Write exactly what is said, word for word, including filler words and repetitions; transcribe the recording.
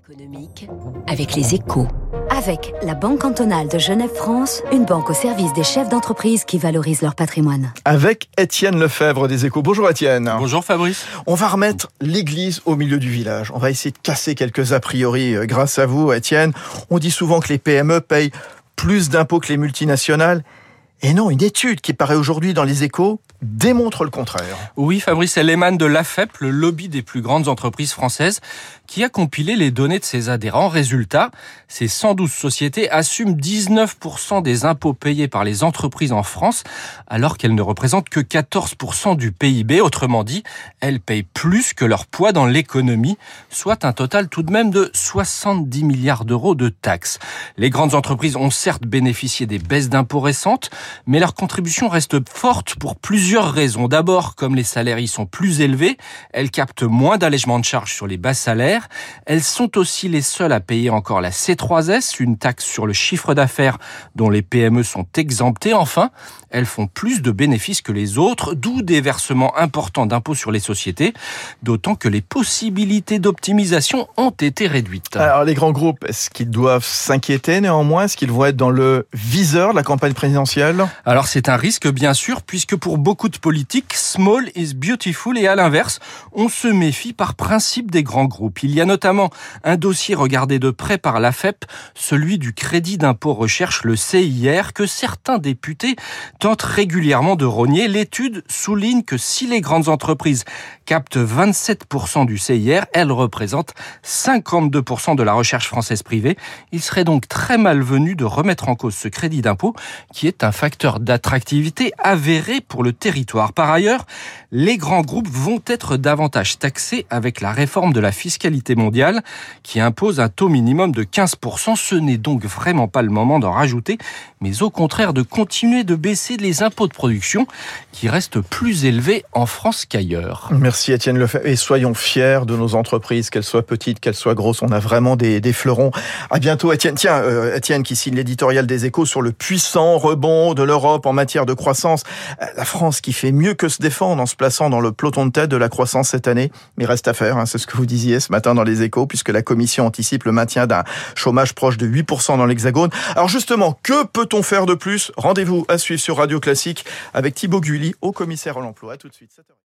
Économique avec les Échos. Avec la Banque cantonale de Genève-France, une banque au service des chefs d'entreprise qui valorisent leur patrimoine. Avec Étienne Lefebvre des Échos. Bonjour Étienne. Bonjour Fabrice. On va remettre l'église au milieu du village. On va essayer de casser quelques a priori grâce à vous Étienne. On dit souvent que les P M E payent plus d'impôts que les multinationales. Et non, une étude qui paraît aujourd'hui dans les Échos démontre le contraire. Oui Fabrice, elle émane de l'A F E P, le lobby des plus grandes entreprises françaises, qui a compilé les données de ses adhérents. Résultat, ces cent douze sociétés assument dix-neuf pour cent des impôts payés par les entreprises en France, alors qu'elles ne représentent que quatorze pour cent du P I B. Autrement dit, elles payent plus que leur poids dans l'économie, soit un total tout de même de soixante-dix milliards d'euros de taxes. Les grandes entreprises ont certes bénéficié des baisses d'impôts récentes, mais leur contribution reste forte pour plusieurs raisons. D'abord, comme les salaires y sont plus élevés, elles captent moins d'allègements de charges sur les bas salaires. Elles sont aussi les seules à payer encore la C trois S, une taxe sur le chiffre d'affaires dont les P M E sont exemptées. Enfin, elles font plus de bénéfices que les autres, d'où des versements importants d'impôts sur les sociétés, d'autant que les possibilités d'optimisation ont été réduites. Alors les grands groupes, est-ce qu'ils doivent s'inquiéter néanmoins ? Est-ce qu'ils vont être dans le viseur de la campagne présidentielle ? Alors c'est un risque bien sûr, puisque pour beaucoup de politiques, small is beautiful, et à l'inverse, on se méfie par principe des grands groupes. Il y a notamment un dossier regardé de près par l'A F E P, celui du crédit d'impôt recherche, le C I R, que certains députés tentent régulièrement de rogner. L'étude souligne que si les grandes entreprises captent vingt-sept pour cent du C I R, elles représentent cinquante-deux pour cent de la recherche française privée. Il serait donc très malvenu de remettre en cause ce crédit d'impôt, qui est un facteur d'attractivité avéré pour le territoire. Par ailleurs, les grands groupes vont être davantage taxés avec la réforme de la fiscalité mondiale qui impose un taux minimum de quinze pour cent. Ce n'est donc vraiment pas le moment d'en rajouter, mais au contraire de continuer de baisser les impôts de production qui restent plus élevés en France qu'ailleurs. Merci Étienne Lefebvre. Et soyons fiers de nos entreprises, qu'elles soient petites, qu'elles soient grosses. On a vraiment des, des fleurons. À bientôt Étienne. Tiens, euh, Étienne qui signe l'éditorial des Échos sur le puissant rebond de l'Europe en matière de croissance. La France qui fait mieux que se défendre en se plaçant dans le peloton de tête de la croissance cette année. Mais reste à faire, hein, c'est ce que vous disiez ce matin dans les Échos, puisque la Commission anticipe le maintien d'un chômage proche de huit pour cent dans l'Hexagone. Alors justement, que peut-on faire de plus ? Rendez-vous à suivre sur Radio Classique avec Thibaut Gulli, haut commissaire à l'emploi. À tout de suite.